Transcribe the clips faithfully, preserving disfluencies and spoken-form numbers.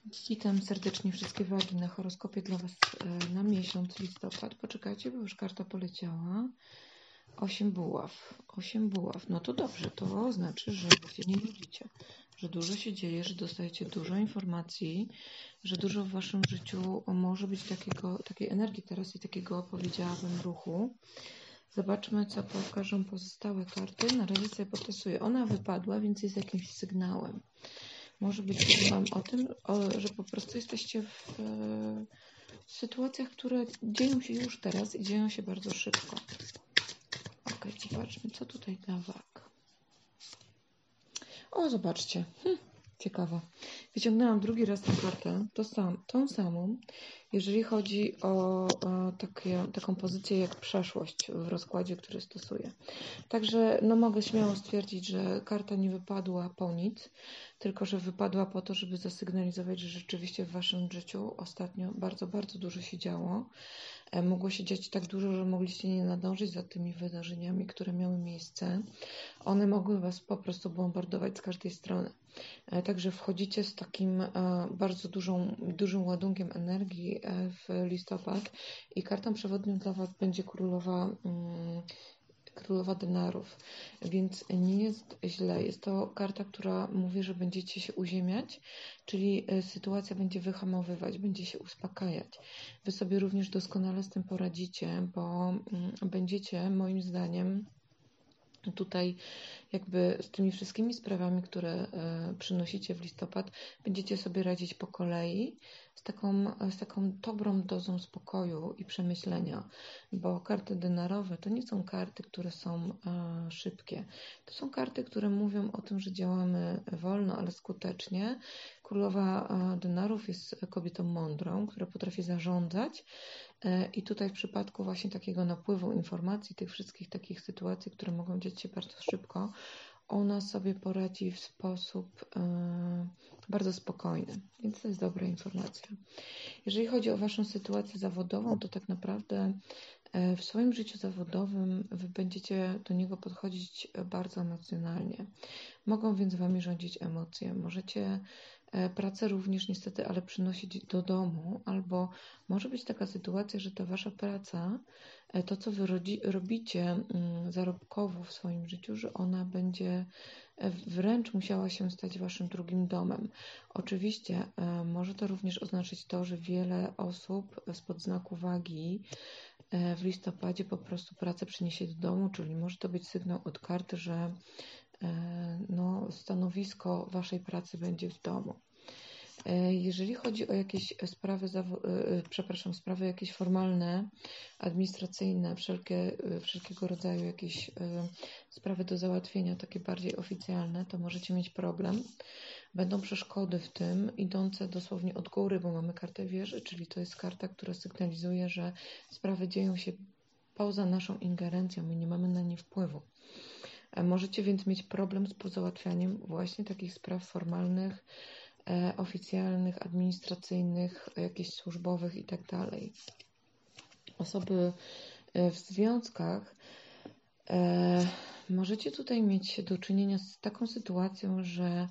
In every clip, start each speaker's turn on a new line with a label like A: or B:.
A: Witam serdecznie wszystkie wagi na horoskopie dla Was na miesiąc listopad. Poczekajcie, bo już karta poleciała. Osiem buław. Osiem buław. No to dobrze, to znaczy, że się nie nudzicie, że dużo się dzieje, że dostajecie dużo informacji, że dużo w Waszym życiu może być takiego, takiej energii teraz i takiego, powiedziałabym, ruchu. Zobaczmy, co pokażą pozostałe karty. Na razie sobie potasuję. Ona wypadła, więc jest jakimś sygnałem. Może być Wam o tym, o, że po prostu jesteście w, e, w sytuacjach, które dzieją się już teraz i dzieją się bardzo szybko. Ok, zobaczmy, co tutaj dla wag. O, zobaczcie. Hm, ciekawe. Wyciągnęłam drugi raz tę kartę, to sam, tą samą, jeżeli chodzi o, o takie, taką pozycję jak przeszłość w rozkładzie, który stosuję. Także no, mogę śmiało stwierdzić, że karta nie wypadła po nic, tylko że wypadła po to, żeby zasygnalizować, że rzeczywiście w Waszym życiu ostatnio bardzo, bardzo dużo się działo. Mogło się dziać tak dużo, że mogliście nie nadążyć za tymi wydarzeniami, które miały miejsce. One mogły Was po prostu bombardować z każdej strony. Także wchodzicie z takim bardzo dużą, dużym ładunkiem energii w listopad i kartą przewodnią dla Was będzie królowa Królowa denarów, więc nie jest źle. Jest to karta, która mówi, że będziecie się uziemiać, czyli sytuacja będzie wyhamowywać, będzie się uspokajać. Wy sobie również doskonale z tym poradzicie, bo będziecie, moim zdaniem, tutaj jakby z tymi wszystkimi sprawami, które przynosicie w listopad, będziecie sobie radzić po kolei z taką, z taką dobrą dozą spokoju i przemyślenia, bo karty denarowe to nie są karty, które są szybkie. To są karty, które mówią o tym, że działamy wolno, ale skutecznie. Królowa denarów jest kobietą mądrą, która potrafi zarządzać. I tutaj w przypadku właśnie takiego napływu informacji, tych wszystkich takich sytuacji, które mogą dziać się bardzo szybko, ona sobie poradzi w sposób yy, bardzo spokojny, więc to jest dobra informacja. Jeżeli chodzi o Waszą sytuację zawodową, to tak naprawdę yy, w swoim życiu zawodowym Wy będziecie do niego podchodzić bardzo emocjonalnie. Mogą więc Wami rządzić emocje. Możecie pracę również niestety, ale przynosić do domu, albo może być taka sytuacja, że ta Wasza praca, to co Wy rodzi, robicie zarobkowo w swoim życiu, że ona będzie wręcz musiała się stać Waszym drugim domem. Oczywiście może to również oznaczać to, że wiele osób spod znaku wagi w listopadzie po prostu pracę przyniesie do domu, czyli może to być sygnał od karty, że no, stanowisko Waszej pracy będzie w domu. Jeżeli chodzi o jakieś sprawy, przepraszam, sprawy jakieś formalne, administracyjne, wszelkie, wszelkiego rodzaju jakieś sprawy do załatwienia, takie bardziej oficjalne, to możecie mieć problem. Będą przeszkody w tym, idące dosłownie od góry, bo mamy kartę wieży, czyli to jest karta, która sygnalizuje, że sprawy dzieją się poza naszą ingerencją, my nie mamy na nie wpływu. Możecie więc mieć problem z pozałatwianiem właśnie takich spraw formalnych, e, oficjalnych, administracyjnych, jakichś służbowych i tak dalej. Osoby w związkach e, możecie tutaj mieć do czynienia z taką sytuacją, że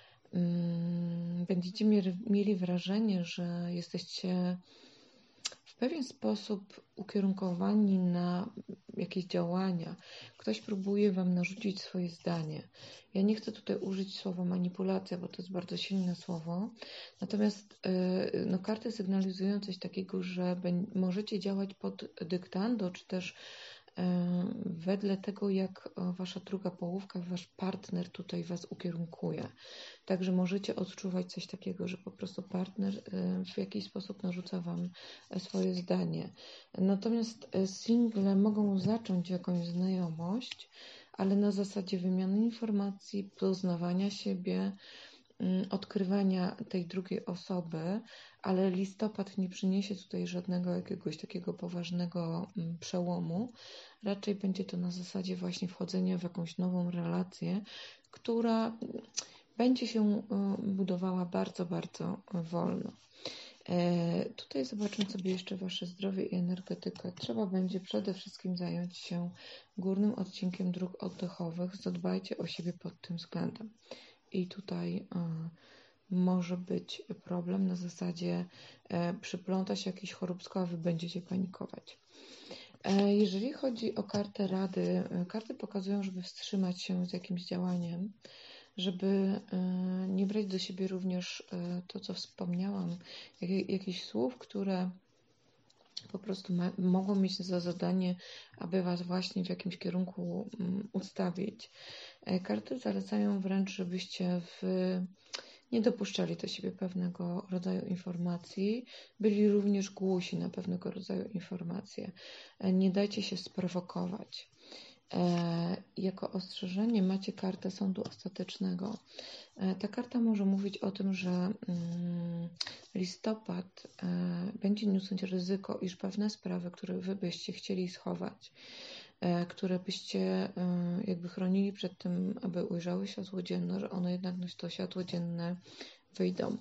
A: mm, będziecie mieli, mieli wrażenie, że jesteście w pewien sposób ukierunkowani na jakieś działania. Ktoś próbuje Wam narzucić swoje zdanie. Ja nie chcę tutaj użyć słowa manipulacja, bo to jest bardzo silne słowo. Natomiast yy, no, karty sygnalizują coś takiego, że możecie działać pod dyktando, czy też yy, wedle tego, jak Wasza druga połówka, Wasz partner tutaj Was ukierunkuje. Także możecie odczuwać coś takiego, że po prostu partner w jakiś sposób narzuca Wam swoje zdanie. Natomiast single mogą zacząć jakąś znajomość, ale na zasadzie wymiany informacji, poznawania siebie, odkrywania tej drugiej osoby, ale listopad nie przyniesie tutaj żadnego jakiegoś takiego poważnego przełomu. Raczej będzie to na zasadzie właśnie wchodzenia w jakąś nową relację, która będzie się budowała bardzo, bardzo wolno. E, tutaj zobaczmy sobie jeszcze Wasze zdrowie i energetykę. Trzeba będzie przede wszystkim zająć się górnym odcinkiem dróg oddechowych. Zadbajcie o siebie pod tym względem. I tutaj e, może być problem na zasadzie e, przypląta się jakiś choróbsko, a wy będziecie panikować. E, jeżeli chodzi o kartę rady, e, karty pokazują, żeby wstrzymać się z jakimś działaniem, żeby e, nie brać do siebie również e, to, co wspomniałam, jak, jakichś słów, które po prostu ma, mogą mieć za zadanie, aby was właśnie w jakimś kierunku um, ustawić. E, karty zalecają wręcz, żebyście w nie dopuszczali do siebie pewnego rodzaju informacji, byli również głusi na pewnego rodzaju informacje. Nie dajcie się sprowokować. E, jako ostrzeżenie macie kartę sądu ostatecznego. E, ta karta może mówić o tym, że mm, listopad e, będzie niósł ryzyko, iż pewne sprawy, które wy byście chcieli schować, e, które byście e, jakby chronili przed tym, aby ujrzały światło dzienne, że one jednak na to światło dzienne wyjdą.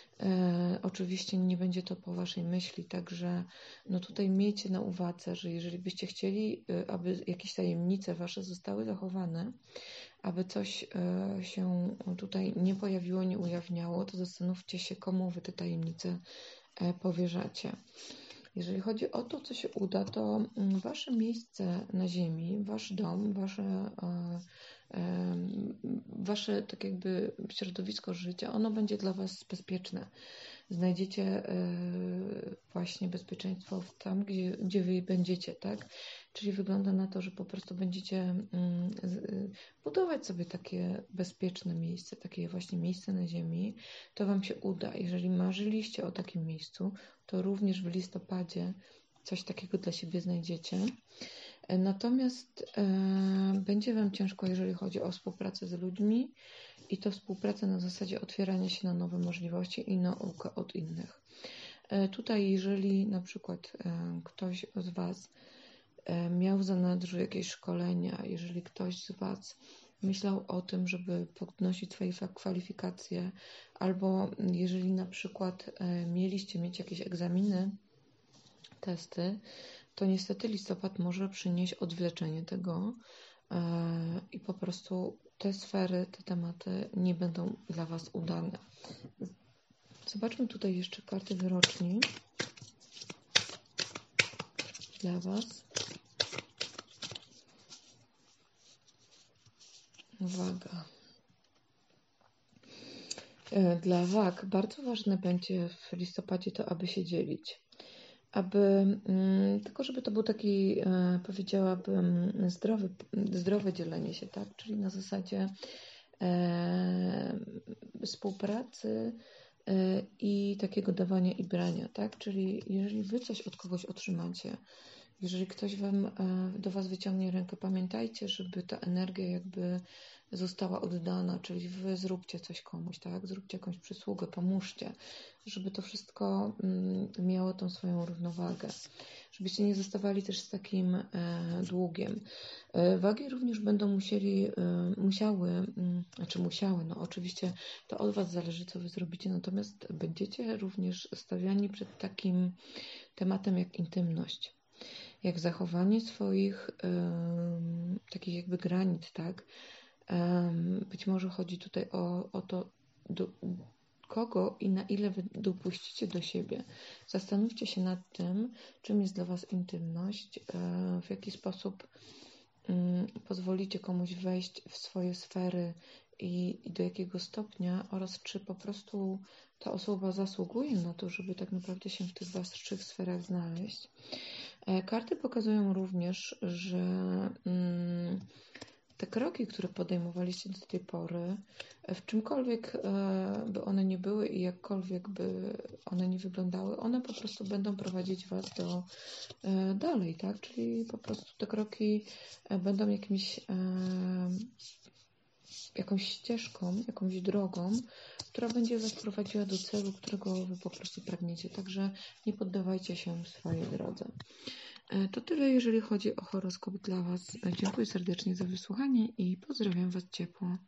A: E, oczywiście nie będzie to po waszej myśli, także no tutaj miejcie na uwadze, że jeżeli byście chcieli, e, aby jakieś tajemnice wasze zostały zachowane, aby coś e, się tutaj nie pojawiło, nie ujawniało, to zastanówcie się, komu wy te tajemnice e, powierzacie. Jeżeli chodzi o to, co się uda, to mm, wasze miejsce na ziemi, wasz dom, wasze, e, e, wasze tak jakby środowisko życia, ono będzie dla was bezpieczne. Znajdziecie e, właśnie bezpieczeństwo tam, gdzie, gdzie wy będziecie, tak? Czyli wygląda na to, że po prostu będziecie mm, z, budować sobie takie bezpieczne miejsce, takie właśnie miejsce na ziemi. To wam się uda. Jeżeli marzyliście o takim miejscu, to również w listopadzie coś takiego dla siebie znajdziecie. Natomiast e, będzie wam ciężko, jeżeli chodzi o współpracę z ludźmi i to współpracę na zasadzie otwierania się na nowe możliwości i naukę od innych. E, tutaj, jeżeli na przykład e, ktoś z was e, miał w zanadrzu jakieś szkolenia, jeżeli ktoś z was myślał o tym, żeby podnosić swoje kwalifikacje, albo jeżeli na przykład e, mieliście mieć jakieś egzaminy, testy, to niestety listopad może przynieść odwleczenie tego yy, i po prostu te sfery, te tematy nie będą dla was udane. Zobaczmy tutaj jeszcze karty wyroczni dla was. Uwaga. Yy, dla wag bardzo ważne będzie w listopadzie to, aby się dzielić. Aby, mm, tylko żeby to był taki, e, powiedziałabym, zdrowy, zdrowe dzielenie się, tak? Czyli na zasadzie e, współpracy e, i takiego dawania i brania, tak? Czyli jeżeli wy coś od kogoś otrzymacie, jeżeli ktoś wam, e, do was wyciągnie rękę, pamiętajcie, żeby ta energia jakby została oddana, czyli wy zróbcie coś komuś, tak? Zróbcie jakąś przysługę, pomóżcie, żeby to wszystko mm, miało tą swoją równowagę, żebyście nie zostawali też z takim e, długiem. E, wagi również będą musieli, e, musiały, mm, znaczy musiały, no oczywiście to od was zależy, co wy zrobicie, natomiast będziecie również stawiani przed takim tematem jak intymność, jak zachowanie swoich um, takich jakby granic, tak? Um, być może chodzi tutaj o, o to, do kogo i na ile wy dopuścicie do siebie. Zastanówcie się nad tym, czym jest dla was intymność, w jaki sposób um, pozwolicie komuś wejść w swoje sfery i, i do jakiego stopnia oraz czy po prostu ta osoba zasługuje na to, żeby tak naprawdę się w tych waszych sferach znaleźć. Karty pokazują również, że mm, te kroki, które podejmowaliście do tej pory, w czymkolwiek e, by one nie były i jakkolwiek by one nie wyglądały, one po prostu będą prowadzić was do e, dalej, tak? Czyli po prostu te kroki e, będą jakimś e, jakąś ścieżką, jakąś drogą, która będzie was prowadziła do celu, którego wy po prostu pragniecie. Także nie poddawajcie się w swojej drodze. To tyle, jeżeli chodzi o horoskop dla was. Dziękuję serdecznie za wysłuchanie i pozdrawiam was ciepło.